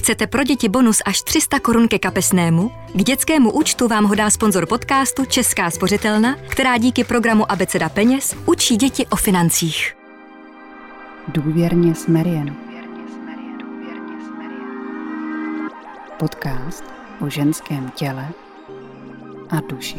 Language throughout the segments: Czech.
Chcete pro děti bonus až 300 korun ke kapesnému? K dětskému účtu vám ho dá sponzor podcastu Česká spořitelna, která díky programu Abeceda peněz učí děti o financích. Důvěrně s Marian. Podcast o ženském těle a duši.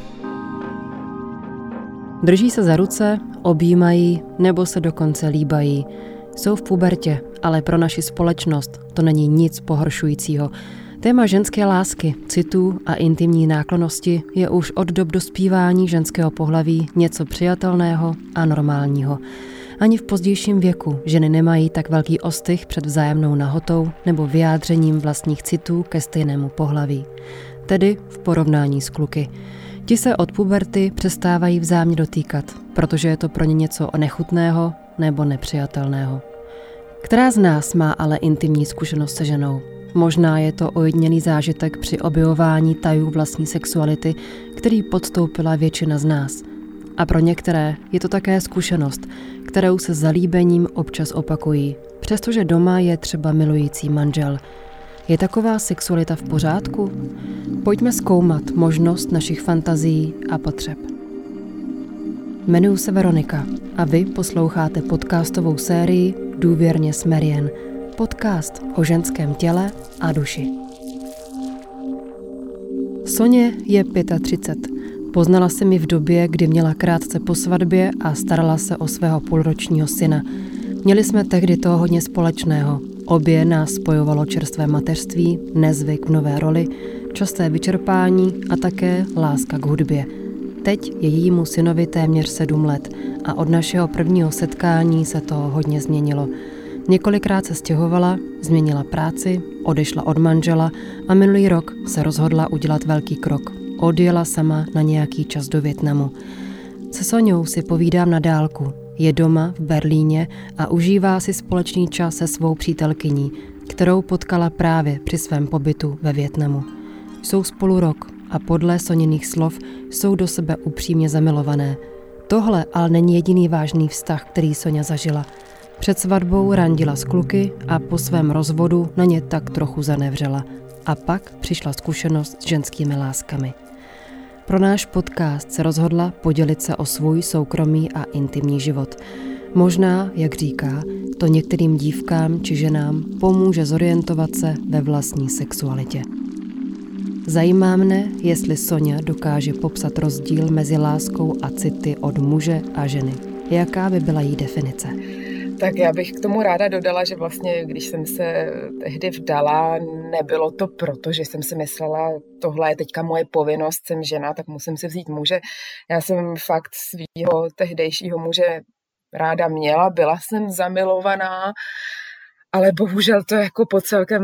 Drží se za ruce, objímají nebo se dokonce líbají. Jsou v pubertě, ale pro naši společnost to není nic pohoršujícího. Téma ženské lásky, citů a intimní náklonnosti je už od dob dospívání ženského pohlaví něco přijatelného a normálního. Ani v pozdějším věku ženy nemají tak velký ostych před vzájemnou nahotou nebo vyjádřením vlastních citů ke stejnému pohlaví. Tedy v porovnání s kluky. Ti se od puberty přestávají vzájemně dotýkat, protože je to pro ně něco nechutného nebo nepřijatelného. Která z nás má ale intimní zkušenost se ženou? Možná je to ojedinělý zážitek při objevování tajů vlastní sexuality, který podstoupila většina z nás. A pro některé je to také zkušenost, kterou se zalíbením občas opakují, přestože doma je třeba milující manžel. Je taková sexualita v pořádku? Pojďme zkoumat možnost našich fantazií a potřeb. Jmenuji se Veronika a vy posloucháte podcastovou sérii Důvěrně s Marian. Podcast o ženském těle a duši. Soně je 35. Poznala se mi v době, kdy měla krátce po svatbě a starala se o svého půlročního syna. Měli jsme tehdy toho hodně společného. Obě nás spojovalo čerstvé mateřství, nezvyk v nové roli, časté vyčerpání a také láska k hudbě. Teď je jejímu synovi téměř 7 let a od našeho prvního setkání se to hodně změnilo. Několikrát se stěhovala, změnila práci, odešla od manžela a minulý rok se rozhodla udělat velký krok. Odjela sama na nějaký čas do Vietnamu. Se Soňou si povídám na dálku. Je doma v Berlíně a užívá si společný čas se svou přítelkyní, kterou potkala právě při svém pobytu ve Vietnamu. Jsou spolu rok a podle Soněných slov jsou do sebe upřímně zamilované. Tohle ale není jediný vážný vztah, který Soňa zažila. Před svatbou randila s kluky a po svém rozvodu na ně tak trochu zanevřela. A pak přišla zkušenost s ženskými láskami. Pro náš podcast se rozhodla podělit se o svůj soukromý a intimní život. Možná, jak říká, to některým dívkám či ženám pomůže zorientovat se ve vlastní sexualitě. Zajímá mne, jestli Soňa dokáže popsat rozdíl mezi láskou a city od muže a ženy. Jaká by byla její definice? Tak já bych k tomu ráda dodala, že vlastně, když jsem se tehdy vdala, nebylo to proto, že jsem si myslela, tohle je teďka moje povinnost, jsem žena, tak musím si vzít muže. Já jsem fakt svýho tehdejšího muže ráda měla, byla jsem zamilovaná, ale bohužel to jako po celkem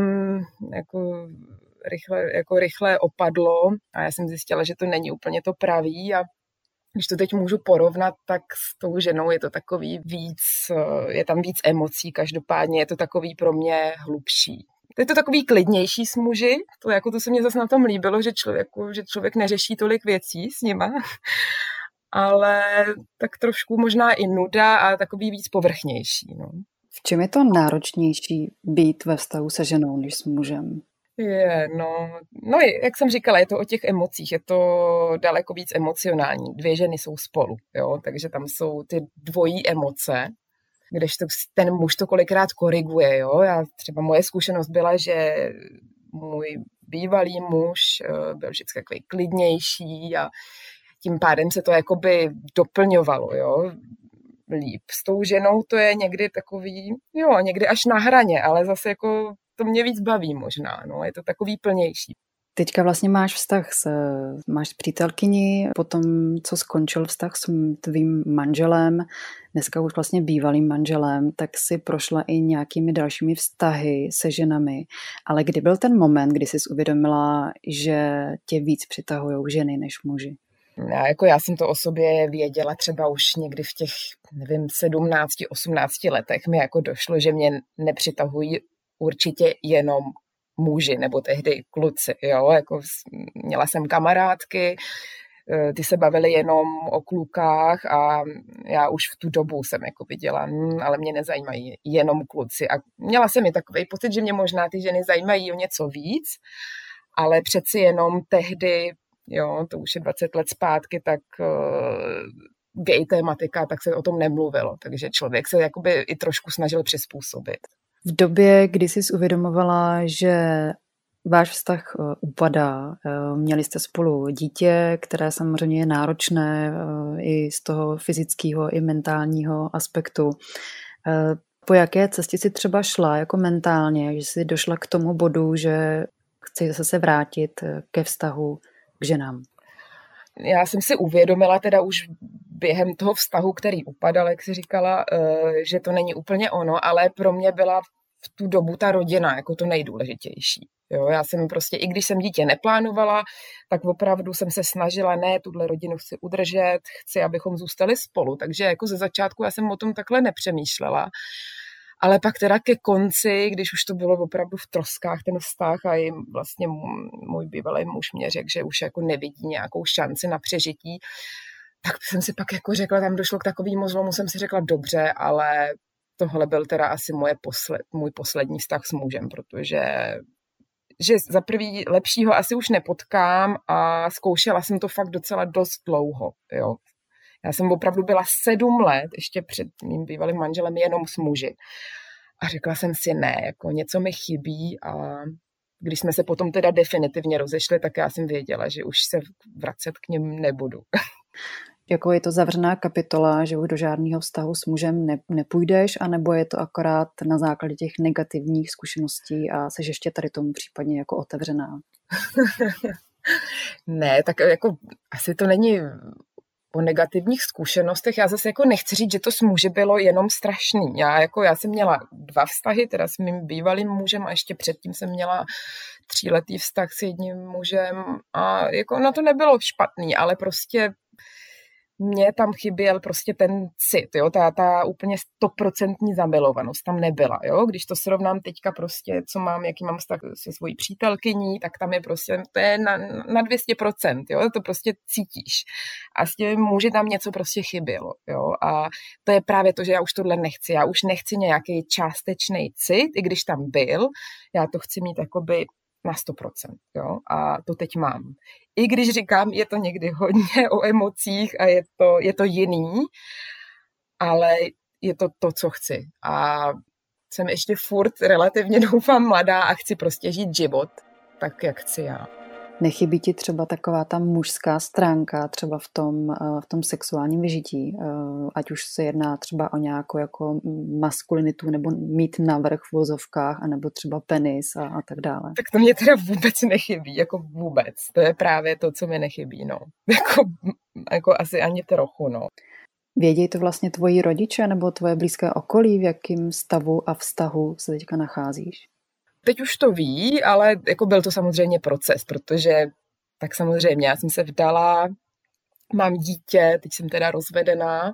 rychle opadlo a já jsem zjistila, že to není úplně to pravý a když to teď můžu porovnat, tak s tou ženou je to takový víc, je tam víc emocí, každopádně je to takový pro mě hlubší. Je to takový klidnější s muži, to se mě zase na tom líbilo, že člověk neřeší tolik věcí s nima, ale tak trošku možná i nuda a takový víc povrchnější. No. V čem je to náročnější být ve vztahu se ženou než s mužem? No, jak jsem říkala, je to o těch emocích, je to daleko víc emocionální. 2 ženy jsou spolu, jo, takže tam jsou ty dvojí emoce, kdežto ten muž to kolikrát koriguje, jo. Moje zkušenost byla, že můj bývalý muž byl vždycky takový klidnější a tím pádem se to jakoby doplňovalo, jo, líp. S tou ženou to je někdy takový, jo, někdy až na hraně, ale zase jako to mě víc baví možná, no, je to takový plnější. Teďka vlastně máš máš přítelkyni, potom co skončil vztah s tvým manželem, dneska už vlastně bývalým manželem, tak si prošla i nějakými dalšími vztahy se ženami. Ale kdy byl ten moment, kdy jsi uvědomila, že tě víc přitahují ženy než muži? Já jsem to o sobě věděla třeba už někdy v těch, 17-18 letech mi jako došlo, že mě nepřitahují určitě jenom muži, nebo tehdy kluci, jo, jako měla jsem kamarádky, ty se bavily jenom o klukách a já už v tu dobu jsem jako viděla, ale mě nezajímají jenom kluci. A měla jsem i takový pocit, že mě možná ty ženy zajímají o něco víc, ale přeci jenom tehdy, jo, to už je 20 let zpátky, tak gay tématika, tak se o tom nemluvilo. Takže člověk se jakoby i trošku snažil přizpůsobit. V době, kdy jsi uvědomovala, že váš vztah upadá, měli jste spolu dítě, které samozřejmě je náročné i z toho fyzického i mentálního aspektu. Po jaké cestě si třeba šla jako mentálně, že jsi došla k tomu bodu, že chci zase vrátit ke vztahu k ženám? Já jsem si uvědomila teda už během toho vztahu, který upadal, jak jsi říkala, že to není úplně ono, ale pro mě byla v tu dobu ta rodina jako to nejdůležitější. Jo, já jsem prostě, i když jsem dítě neplánovala, tak opravdu jsem se snažila, ne, tuhle rodinu chci udržet, chci, abychom zůstali spolu. Takže jako ze začátku já jsem o tom takhle nepřemýšlela. Ale pak teda ke konci, když už to bylo opravdu v troskách ten vztah a i vlastně můj bývalý muž mě řekl, že už jako nevidí nějakou šanci na přežití, tak jsem si pak jako řekla, tam došlo k takovému zlomu, jsem si řekla dobře, ale tohle byl teda asi můj poslední vztah s mužem, protože že za prvý lepšího asi už nepotkám a zkoušela jsem to fakt docela dost dlouho, jo. Já jsem opravdu byla 7 let ještě před mým bývalým manželem jenom s muži. A řekla jsem si ne, jako něco mi chybí a když jsme se potom teda definitivně rozešli, tak já jsem věděla, že už se vracet k něm nebudu. Jako je to zavřená kapitola, že už do žádného vztahu s mužem nepůjdeš, anebo je to akorát na základě těch negativních zkušeností a seš ještě tady tomu případně jako otevřená? Ne, tak jako asi to není o negativních zkušenostech. Já zase jako nechci říct, že to s muži bylo jenom strašný. Já jsem měla 2 vztahy, teda s mým bývalým mužem a ještě předtím jsem měla 3letý vztah s jedním mužem a jako na to nebylo špatný, ale prostě mně tam chyběl prostě ten cit, jo, ta úplně 100% zamilovanost tam nebyla, jo, když to srovnám teďka prostě, jaký mám vztah se svojí přítelkyní, tak tam je prostě, to je na 200%, jo, to prostě cítíš a s těmi muži tam něco prostě chybělo, jo, a to je právě to, že já už tohle nechci, já už nechci nějaký částečný cit, i když tam byl, já to chci mít jakoby na 100%, jo, a to teď mám. I když říkám, je to někdy hodně o emocích a je to jiný, ale je to, co chci. A jsem ještě furt relativně doufám mladá a chci prostě žít život tak, jak chci já. Nechybí ti třeba taková ta mužská stránka třeba v tom sexuálním vyžití, ať už se jedná třeba o nějakou jako maskulinitu nebo mít navrch v vozovkách, anebo třeba penis a tak dále. Tak to mě teda vůbec nechybí, jako vůbec. To je právě to, co mi nechybí, no. Jako asi ani trochu, no. Vědějí to vlastně tvoji rodiče nebo tvoje blízké okolí, v jakém stavu a vztahu se teďka nacházíš? Teď už to ví, ale jako byl to samozřejmě proces, protože tak samozřejmě já jsem se vdala, mám dítě, teď jsem teda rozvedená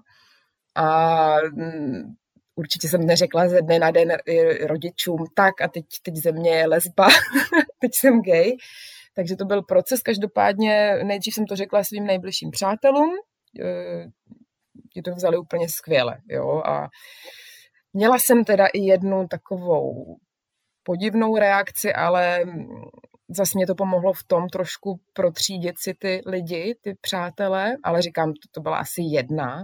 a určitě jsem neřekla ze dne na den rodičům tak a teď ze mě je lesba, teď jsem gay, takže to byl proces. Každopádně nejdřív jsem to řekla svým nejbližším přátelům, ti to vzali úplně skvěle, jo, a měla jsem i jednu takovou podivnou reakci, ale zase mě to pomohlo v tom trošku protřídit si ty lidi, ty přátelé, ale říkám, to byla asi jedna.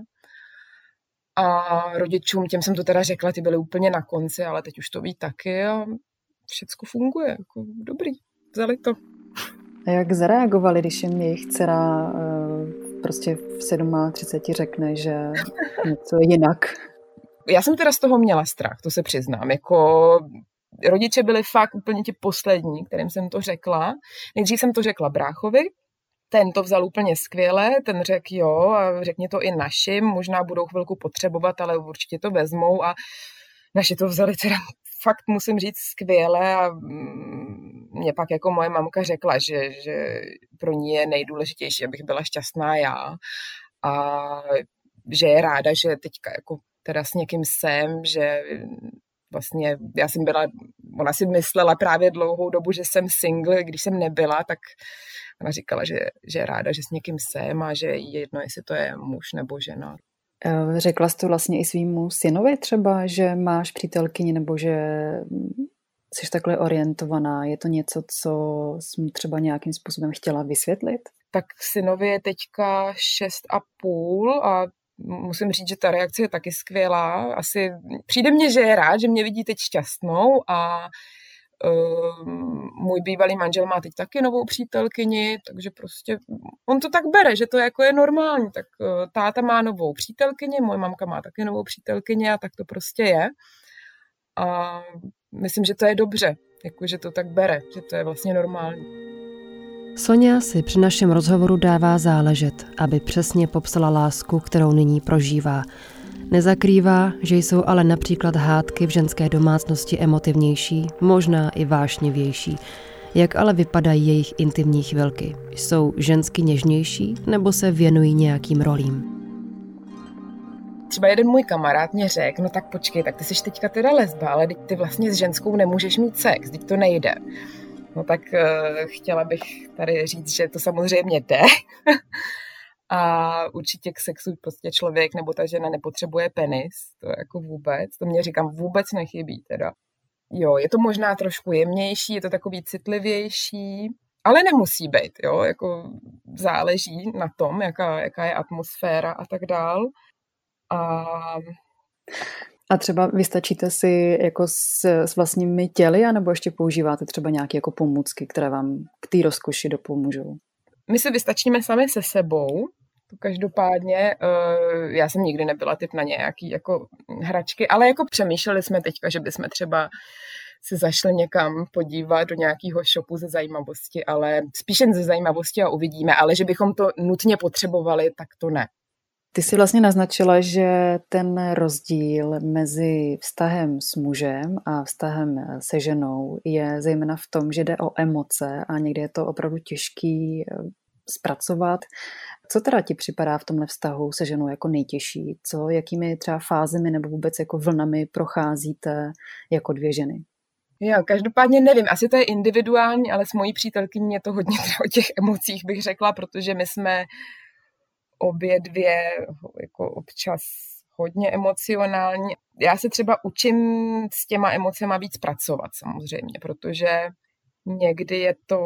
A rodičům, těm jsem to teda řekla, ty byly úplně na konci, ale teď už to ví taky a všecko funguje, jako dobrý, vzali to. A jak zareagovali, když jim jejich dcera prostě v 37 řekne, že něco je jinak? Já jsem teda z toho měla strach, to se přiznám, jako rodiče byli fakt úplně ti poslední, kterým jsem to řekla. Nejdřív jsem to řekla bráchovi, ten to vzal úplně skvěle, ten řekl jo a řekni to i našim, možná budou chvilku potřebovat, ale určitě to vezmou a naši to vzali teda fakt musím říct skvěle a mě pak jako moje mamka řekla, že pro ní je nejdůležitější, abych byla šťastná já a že je ráda, že teďka jako teda s někým jsem, že Vlastně ona si myslela právě dlouhou dobu, že jsem single, když jsem nebyla, tak ona říkala, že je ráda, že s někým jsem a že je jedno, jestli to je muž nebo žena. Řekla jsi to vlastně i svýmu synovi třeba, že máš přítelkyni nebo že jsi takhle orientovaná? Je to něco, co jsi mu třeba nějakým způsobem chtěla vysvětlit? Tak synovi je teďka 6,5 a musím říct, že ta reakce je taky skvělá. Asi přijde mně, že je rád, že mě vidí teď šťastnou a můj bývalý manžel má teď taky novou přítelkyni, takže prostě on to tak bere, že to jako je normální. Tak táta má novou přítelkyni, moje mamka má taky novou přítelkyni a tak to prostě je. A myslím, že to je dobře, jako, že to tak bere, že to je vlastně normální. Sonia si při našem rozhovoru dává záležet, aby přesně popsala lásku, kterou nyní prožívá. Nezakrývá, že jsou ale například hádky v ženské domácnosti emotivnější, možná i vášnivější. Jak ale vypadají jejich intimní chvilky? Jsou žensky něžnější nebo se věnují nějakým rolím? Třeba jeden můj kamarád mě řekl, no tak počkej, tak ty jsi teďka teda lesba, ale teď ty vlastně s ženskou nemůžeš mít sex, teď to nejde. No tak chtěla bych tady říct, že to samozřejmě jde. A určitě k sexu prostě člověk nebo ta žena nepotřebuje penis, to jako vůbec, to mě říkám vůbec nechybí teda. Jo, je to možná trošku jemnější, je to takový citlivější, ale nemusí být, jo, jako záleží na tom, jaká je atmosféra a tak dál. A třeba vystačíte si jako s vlastními těly, anebo ještě používáte třeba nějaké jako pomůcky, které vám k té rozkoši dopomůžou? My si vystačíme sami se sebou, to každopádně, já jsem nikdy nebyla typ na nějaký jako hračky, ale jako přemýšleli jsme teďka, že bychom třeba si zašli někam podívat do nějakého shopu ze zajímavosti, ale spíš jen ze zajímavosti a uvidíme, ale že bychom to nutně potřebovali, tak to ne. Ty jsi vlastně naznačila, že ten rozdíl mezi vztahem s mužem a vztahem se ženou je zejména v tom, že jde o emoce a někdy je to opravdu těžký zpracovat. Co teda ti připadá v tomhle vztahu se ženou jako nejtěžší? Jakými třeba fázemi nebo vůbec jako vlnami procházíte jako dvě ženy? Jo, každopádně nevím, asi to je individuální, ale s mojí přítelkyní je to hodně o těch emocích, bych řekla, protože my jsme obě dvě jako občas hodně emocionální. Já se třeba učím s těma emocema víc pracovat samozřejmě, protože někdy je to,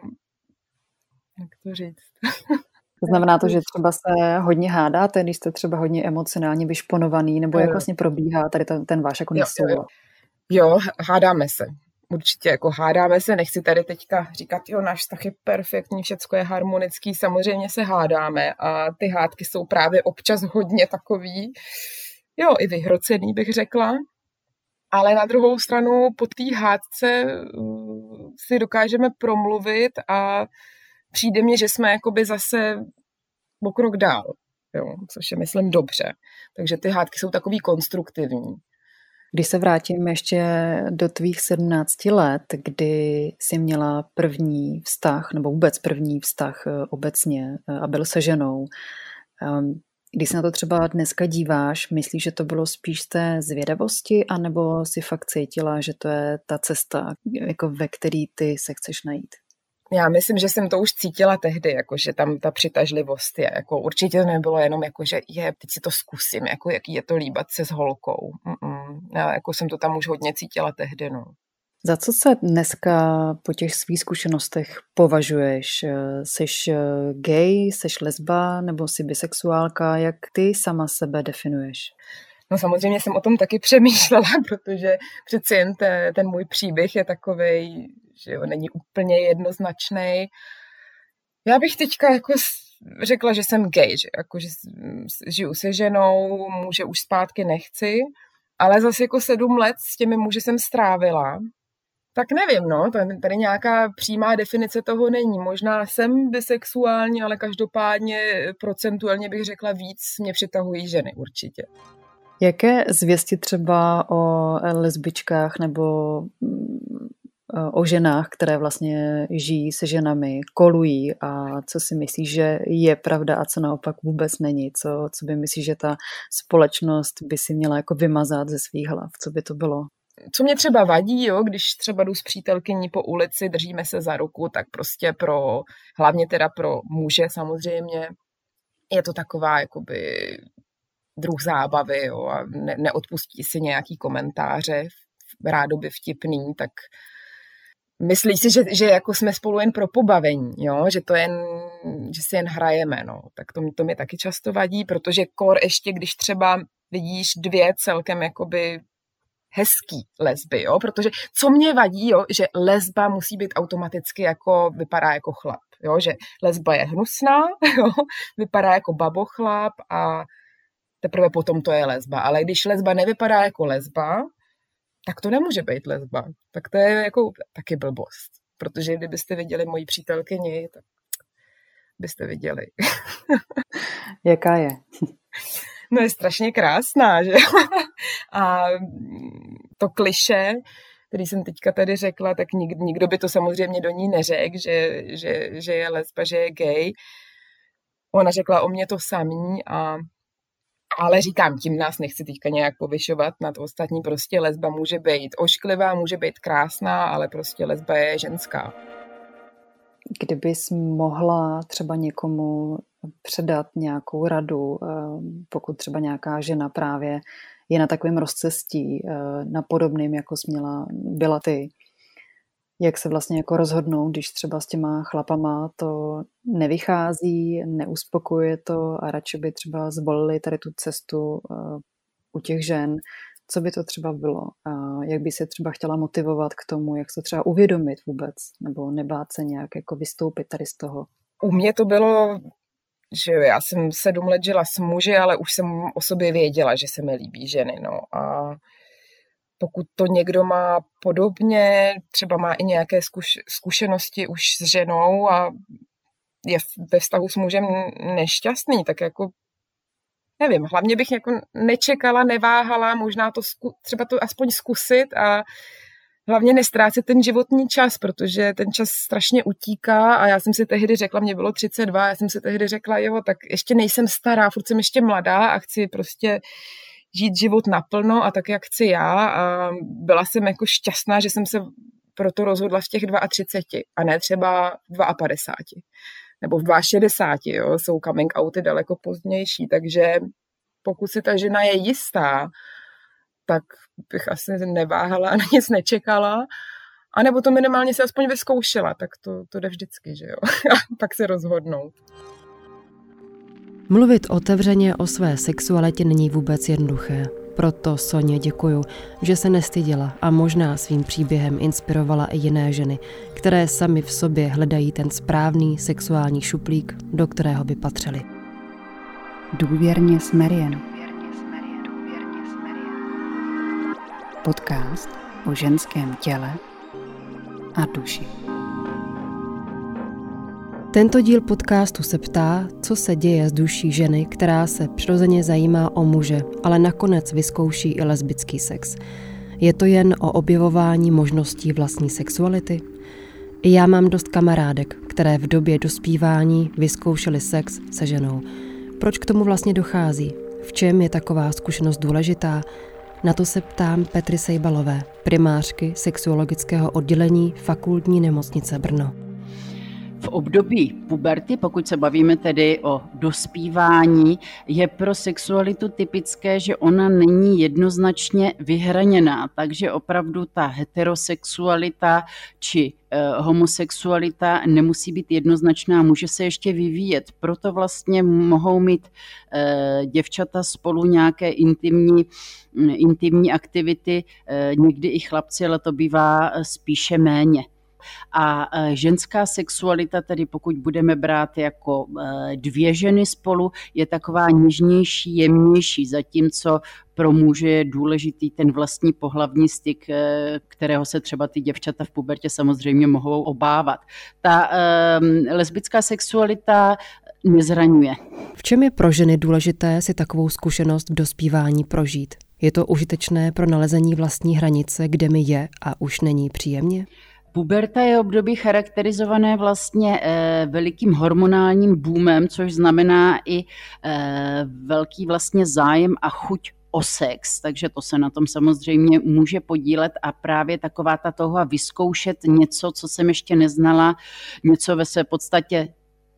jak to říct? To znamená to, že třeba se hodně hádáte, když jste třeba hodně emocionálně vyšponovaný, nebo jak vlastně probíhá tady ten váš jako nesoulad? Jo, hádáme se. Určitě jako hádáme se, nechci tady teďka říkat, jo, náš vztah je perfektní, všecko je harmonický, samozřejmě se hádáme a ty hádky jsou právě občas hodně takový, jo, i vyhrocený, bych řekla, ale na druhou stranu po té hádce si dokážeme promluvit a přijde mně, že jsme jakoby zase o krok dál, jo, což je, myslím, dobře. Takže ty hádky jsou takový konstruktivní. Když se vrátím ještě do tvých 17 let, kdy jsi měla první vztah, nebo vůbec první vztah obecně a byl se ženou, když se na to třeba dneska díváš, myslíš, že to bylo spíš z té zvědavosti, anebo si fakt cítila, že to je ta cesta, jako ve který ty se chceš najít? Já myslím, že jsem to už cítila tehdy, jako, že tam ta přitažlivost je. Jako, určitě to nebylo jenom, jako, že teď si to zkusím, jako, jaký je to líbat se s holkou. Já jako jsem to tam už hodně cítila tehdy. No. Za co se dneska po těch svých zkušenostech považuješ? Jsi gay, jsi lesba nebo jsi bisexuálka? Jak ty sama sebe definuješ? No samozřejmě jsem o tom taky přemýšlela, protože přeci jen ten můj příběh je takovej, že jo, není úplně jednoznačný. Já bych teďka jako řekla, že jsem gay, že, jako, že žiju se ženou, muže už zpátky nechci, ale zase jako 7 let s těmi muži jsem strávila. Tak nevím, no, tady nějaká přímá definice toho není. Možná jsem bisexuální, ale každopádně procentuálně bych řekla víc mě přitahují ženy určitě. Jaké zvěsti třeba o lesbičkách nebo o ženách, které vlastně žijí se ženami, kolují a co si myslíš, že je pravda a co naopak vůbec není? Co by myslíš, že ta společnost by si měla jako vymazat ze svých hlav? Co by to bylo? co mě třeba vadí, jo, když třeba jdu s přítelkyní po ulici, držíme se za ruku, tak prostě hlavně teda pro muže samozřejmě, je to taková jakoby druh zábavy, jo, a neodpustí si nějaký komentáře, rádoby vtipný, tak myslí si, že jako jsme spolu jen pro pobavení, jo, že si jen hrajeme, no. Tak to mi taky často vadí, protože kor ještě, když třeba vidíš 2 celkem jakoby hezký lesby, jo, protože co mě vadí, jo, že lesba musí být automaticky vypadá jako chlap, jo, že lesba je hnusná, jo, vypadá jako babochlap a teprve potom to je lesba, ale když lesba nevypadá jako lesba, tak to nemůže být lesba. Tak to je jako taky blbost. Protože kdybyste viděli moji přítelkyni, tak byste viděli. Jaká je? No je strašně krásná, že? A to klišé, který jsem teďka tady řekla, tak nikdo by to samozřejmě do ní neřekl, že je lesba, že je gay. Ona řekla o mě to samý ale říkám, tím nás nechci teďka nějak povyšovat nad ostatní, prostě lesba může být ošklivá, může být krásná, ale prostě lesba je ženská. Kdybys mohla třeba někomu předat nějakou radu, pokud třeba nějaká žena právě je na takovém rozcestí, na podobným, jako byla ty, jak se vlastně jako rozhodnout, když třeba s těma chlapama to nevychází, neuspokojuje to a radši by třeba zvolili tady tu cestu u těch žen. Co by to třeba bylo? Jak by se třeba chtěla motivovat k tomu, jak se třeba uvědomit vůbec, nebo nebát se nějak jako vystoupit tady z toho? U mě to bylo, že já jsem 7 let žila s muži, ale už jsem o sobě věděla, že se mi líbí ženy, no a pokud to někdo má podobně, třeba má i nějaké zkušenosti už s ženou a je ve vztahu s mužem nešťastný, tak jako nevím, hlavně bych jako nečekala, neváhala, možná to třeba to aspoň zkusit a hlavně nestrácet ten životní čas, protože ten čas strašně utíká a já jsem si tehdy řekla, mě bylo 32, já jsem si tehdy řekla, jo, tak ještě nejsem stará, furt jsem ještě mladá a chci prostě žít život naplno a tak, jak chci já a byla jsem jako šťastná, že jsem se proto rozhodla v těch 32 a ne třeba v 52 nebo v 62, jo, jsou coming outy daleko pozdější, takže pokud si ta žena je jistá, tak bych asi neváhala a na nic nečekala, anebo to minimálně se aspoň vyzkoušela, tak to jde vždycky, že jo, a pak se rozhodnout. Mluvit otevřeně o své sexualitě není vůbec jednoduché. Proto Soně děkuju, že se nestyděla a možná svým příběhem inspirovala i jiné ženy, které sami v sobě hledají ten správný sexuální šuplík, do kterého by patřily. Důvěrně s Marian. Podcast o ženském těle a duši. Tento díl podcastu se ptá, co se děje s duší ženy, která se přirozeně zajímá o muže, ale nakonec vyzkouší i lesbický sex. Je to jen o objevování možností vlastní sexuality? I já mám dost kamarádek, které v době dospívání vyzkoušely sex se ženou. Proč k tomu vlastně dochází? V čem je taková zkušenost důležitá? Na to se ptám Petry Sejbalové, primářky sexuologického oddělení Fakultní nemocnice Brno. V období puberty, pokud se bavíme tedy o dospívání, je pro sexualitu typické, že ona není jednoznačně vyhraněná, takže opravdu ta heterosexualita či homosexualita nemusí být jednoznačná, může se ještě vyvíjet. Proto vlastně mohou mít děvčata spolu nějaké intimní aktivity, někdy i chlapci, ale to bývá spíše méně. A ženská sexualita, tedy pokud budeme brát jako 2 ženy spolu, je taková něžnější, jemnější, zatímco pro muže je důležitý ten vlastní pohlavní styk, kterého se třeba ty děvčata v pubertě samozřejmě mohou obávat. Ta lesbická sexualita nezraňuje. V čem je pro ženy důležité si takovou zkušenost v dospívání prožít? Je to užitečné pro nalezení vlastní hranice, kde mi je a už není příjemně? Puberta je období charakterizované vlastně velikým hormonálním boomem, což znamená i velký vlastně zájem a chuť o sex, takže to se na tom samozřejmě může podílet a právě taková ta touha vyzkoušet něco, co jsem ještě neznala, něco ve své podstatě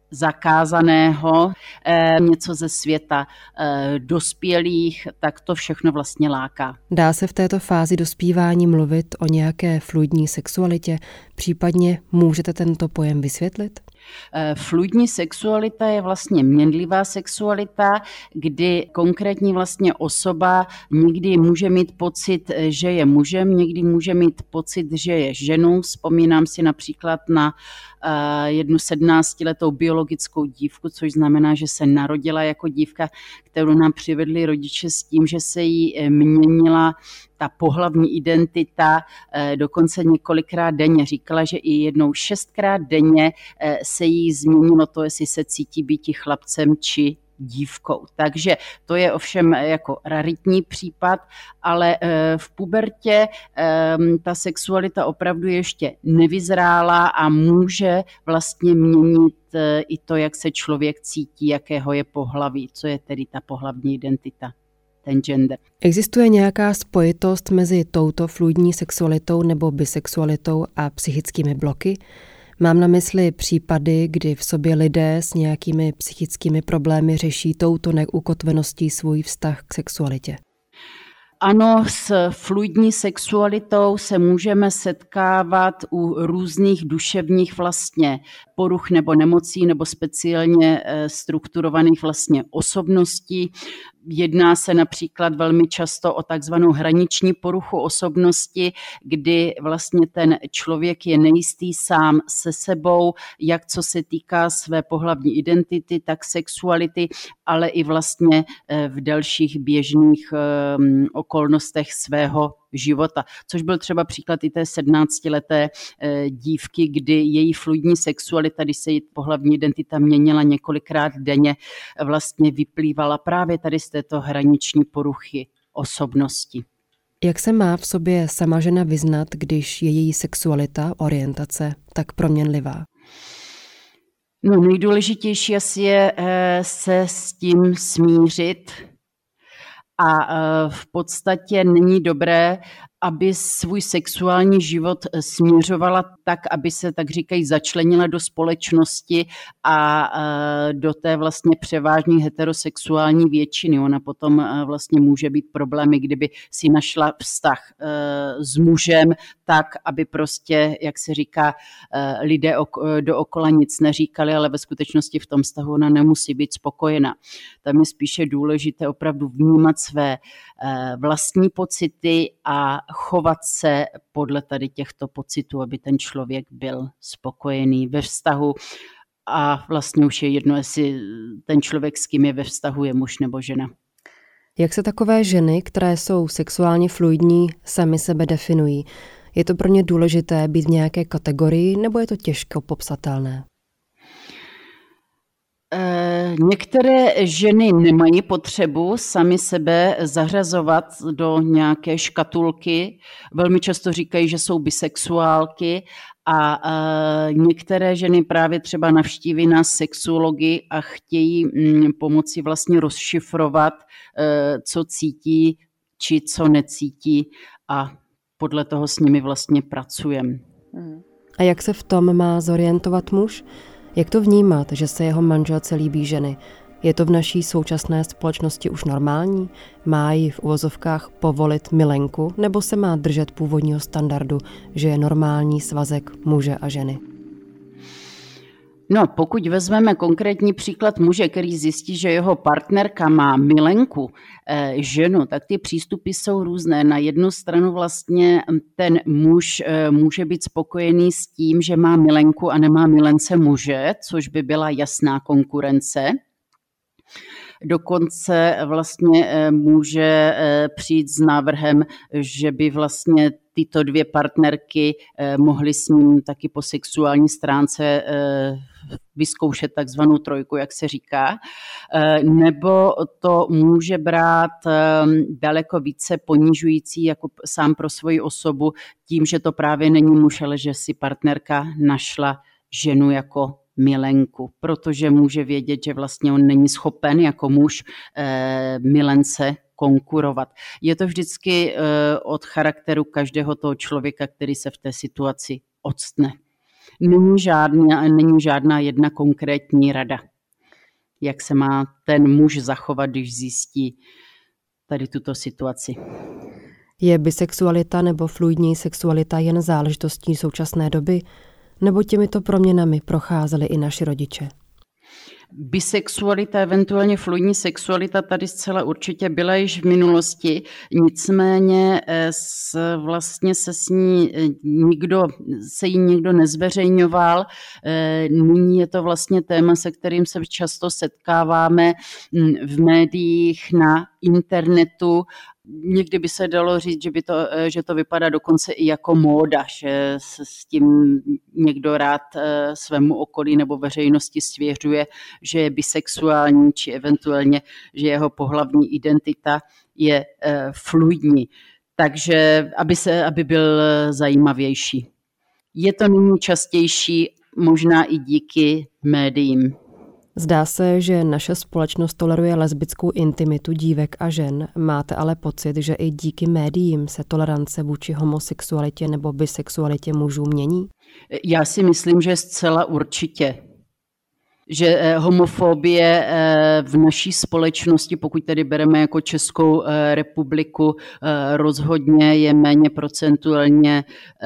zakázaného, něco ze světa dospělých, tak to všechno vlastně láká. Dá se v této fázi dospívání mluvit o nějaké fluidní sexualitě? Případně můžete tento pojem vysvětlit? Fluidní sexualita je vlastně měnlivá sexualita, kdy konkrétní vlastně osoba někdy může mít pocit, že je mužem, někdy může mít pocit, že je ženou. Vzpomínám si například na jednu 17letou biologickou dívku, což znamená, že se narodila jako dívka, kterou nám přivedli rodiče s tím, že se jí měnila ta pohlavní identita dokonce několikrát denně. Říkala, že i jednou 6krát denně se jí změnilo to, jestli se cítí býti chlapcem či dívkou. Takže to je ovšem jako raritní případ, ale v pubertě ta sexualita opravdu ještě nevyzrála a může vlastně měnit i to, jak se člověk cítí, jakého je pohlaví, co je tedy ta pohlavní identita, ten gender. Existuje nějaká spojitost mezi touto fluidní sexualitou nebo bisexualitou a psychickými bloky? Mám na mysli případy, kdy v sobě lidé s nějakými psychickými problémy řeší touto neukotveností svůj vztah k sexualitě. Ano, s fluidní sexualitou se můžeme setkávat u různých duševních vlastně poruch nebo nemocí nebo speciálně strukturovaných vlastně osobností. Jedná se například velmi často o takzvanou hraniční poruchu osobnosti, kdy vlastně ten člověk je nejistý sám se sebou, jak co se týká své pohlavní identity, tak sexuality, ale i vlastně v dalších běžných okolnostech svého života. Což byl třeba příklad i té 17leté dívky, kdy její fluidní sexualita, když se její pohlavní identita měnila několikrát denně, vlastně vyplývala právě tady z této hraniční poruchy osobnosti. Jak se má v sobě sama žena vyznat, když je její sexualita, orientace tak proměnlivá? No, nejdůležitější asi je se s tím smířit a v podstatě není dobré, aby svůj sexuální život směřovala tak, aby se, tak říkají, začlenila do společnosti a do té vlastně převážně heterosexuální většiny. Ona potom vlastně může být problémy, kdyby si našla vztah s mužem tak, aby prostě, jak se říká, lidé dookola nic neříkali, ale ve skutečnosti v tom vztahu ona nemusí být spokojená. Tam je spíše důležité opravdu vnímat své vlastní pocity a chovat se podle tady těchto pocitů, aby ten člověk byl spokojený ve vztahu a vlastně už je jedno, jestli ten člověk, s kým je ve vztahu, je muž nebo žena. Jak se takové ženy, které jsou sexuálně fluidní, sami sebe definují? Je to pro ně důležité být v nějaké kategorii, nebo je to těžko popsatelné? Některé ženy nemají potřebu sami sebe zařazovat do nějaké škatulky. Velmi často říkají, že jsou bisexuálky a některé ženy právě třeba navštíví nás sexuology a chtějí pomoci vlastně rozšifrovat, co cítí či co necítí a podle toho s nimi vlastně pracujeme. A jak se v tom má zorientovat muž? Jak to vnímat, že se jeho manželce líbí ženy? Je to v naší současné společnosti už normální? Má jí v uvozovkách povolit milenku, nebo se má držet původního standardu, že je normální svazek muže a ženy? No, pokud vezmeme konkrétní příklad muže, který zjistí, že jeho partnerka má milenku, ženu, tak ty přístupy jsou různé. Na jednu stranu vlastně ten muž může být spokojený s tím, že má milenku a nemá milence muže, což by byla jasná konkurence. Dokonce vlastně může přijít s návrhem, že by vlastně tyto dvě partnerky mohly s ním taky po sexuální stránce vyzkoušet takzvanou trojku, jak se říká, nebo to může brát daleko více ponižující jako sám pro svoji osobu tím, že to právě není muž, ale že si partnerka našla ženu jako milenku, protože může vědět, že vlastně on není schopen jako muž milence konkurovat. Je to vždycky od charakteru každého toho člověka, který se v té situaci odstne. Není žádná jedna konkrétní rada, jak se má ten muž zachovat, když zjistí tady tuto situaci. Je bisexualita nebo fluidní sexualita jen záležitostí současné doby, nebo těmito proměnami procházeli i naši rodiče? Bisexualita, eventuálně fluidní sexualita tady zcela určitě byla již v minulosti, nicméně vlastně se jí nikdo nezveřejňoval. Nyní je to vlastně téma, se kterým se často setkáváme v médiích, na internetu. Někdy by se dalo říct, že to vypadá dokonce i jako móda, že se s tím někdo rád svému okolí nebo veřejnosti svěřuje, že je bisexuální, či eventuálně, že jeho pohlavní identita je fluidní. Takže aby byl zajímavější. Je to nyní častější, možná i díky médiím. Zdá se, že naše společnost toleruje lesbickou intimitu dívek a žen. Máte ale pocit, že i díky médiím se tolerance vůči homosexualitě nebo bisexualitě mužů mění? Já si myslím, že zcela určitě. Že homofobie v naší společnosti, pokud tedy bereme jako Českou republiku, rozhodně je méně procentuálně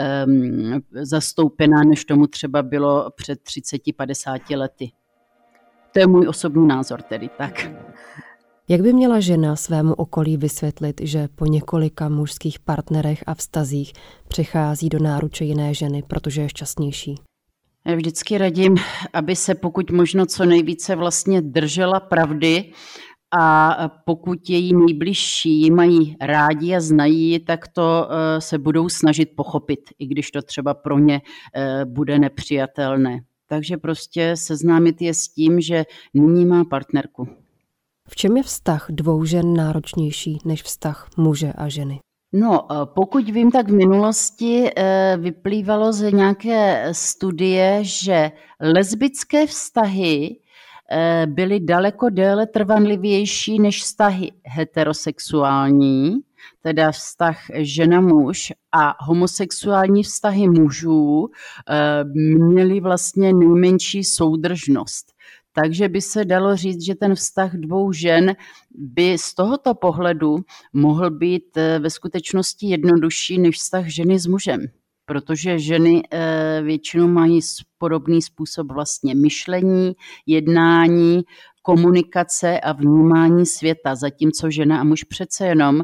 zastoupená, než tomu třeba bylo před 30-50 lety. To je můj osobní názor tedy, tak. Jak by měla žena svému okolí vysvětlit, že po několika mužských partnerech a vztazích přechází do náruče jiné ženy, protože je šťastnější? Já vždycky radím, aby se pokud možno co nejvíce vlastně držela pravdy a pokud její nejbližší mají rádi a znají, tak to se budou snažit pochopit, i když to třeba pro ně bude nepřijatelné. Takže prostě seznámit je s tím, že nyní má partnerku. V čem je vztah dvou žen náročnější než vztah muže a ženy? No, pokud vím, tak v minulosti vyplývalo z nějaké studie, že lesbické vztahy byly daleko déle trvanlivější než vztahy heterosexuální, teda vztah žena-muž, a homosexuální vztahy mužů měly vlastně nejmenší soudržnost. Takže by se dalo říct, že ten vztah dvou žen by z tohoto pohledu mohl být ve skutečnosti jednodušší než vztah ženy s mužem. Protože ženy většinou mají podobný způsob vlastně myšlení, jednání, komunikace a vnímání světa, zatímco žena a muž přece jenom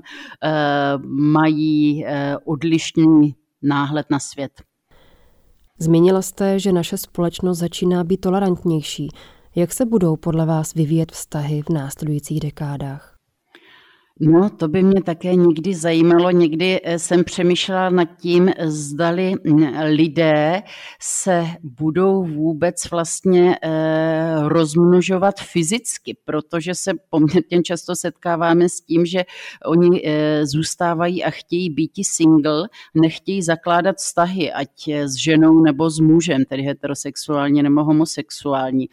mají odlišný náhled na svět. Zmínila jste, že naše společnost začíná být tolerantnější. Jak se budou podle vás vyvíjet vztahy v následujících dekádách? No, to by mě také někdy zajímalo. Někdy jsem přemýšlela nad tím, zdali lidé se budou vůbec vlastně rozmnožovat fyzicky, protože se poměrně často setkáváme s tím, že oni zůstávají a chtějí býti single, nechtějí zakládat vztahy, ať s ženou nebo s mužem, tedy heterosexuální nebo homosexuální.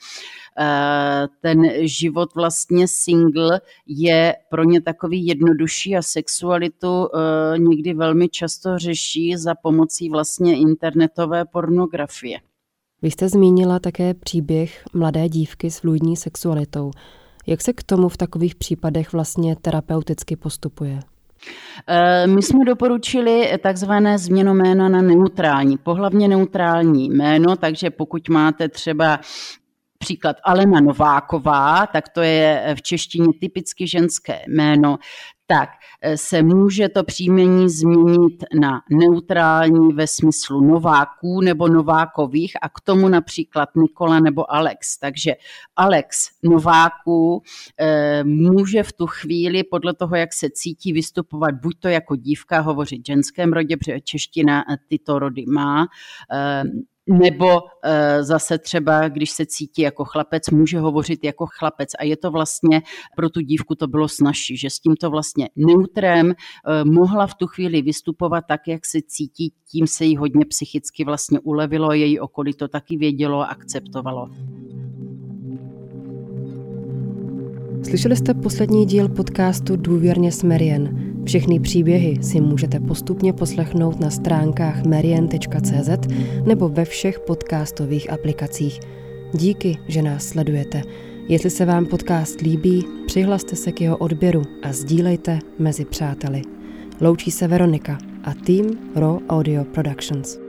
Ten život vlastně single je pro ně takový jednodušší a sexualitu někdy velmi často řeší za pomocí vlastně internetové pornografie. Vy jste zmínila také příběh mladé dívky s fluidní sexualitou. Jak se k tomu v takových případech vlastně terapeuticky postupuje? My jsme doporučili takzvané změnu jména na neutrální, pohlavně neutrální jméno, takže pokud máte třeba příklad Alena Nováková, tak to je v češtině typicky ženské jméno, tak se může to příjmení změnit na neutrální ve smyslu Nováků nebo Novákových a k tomu například Nikola nebo Alex. Takže Alex Nováků může v tu chvíli podle toho, jak se cítí, vystupovat buď to jako dívka, hovořit v ženském rodě, protože čeština tyto rody má, nebo zase třeba, když se cítí jako chlapec, může hovořit jako chlapec a je to vlastně, pro tu dívku to bylo snazší, že s tímto vlastně neutrem mohla v tu chvíli vystupovat tak, jak se cítí, tím se jí hodně psychicky vlastně ulevilo, její okolí to taky vědělo a akceptovalo. Slyšeli jste poslední díl podcastu Důvěrně s Marian. Všechny příběhy si můžete postupně poslechnout na stránkách marian.cz nebo ve všech podcastových aplikacích. Díky, že nás sledujete. Jestli se vám podcast líbí, přihlaste se k jeho odběru a sdílejte mezi přáteli. Loučí se Veronika a tým Raw Audio Productions.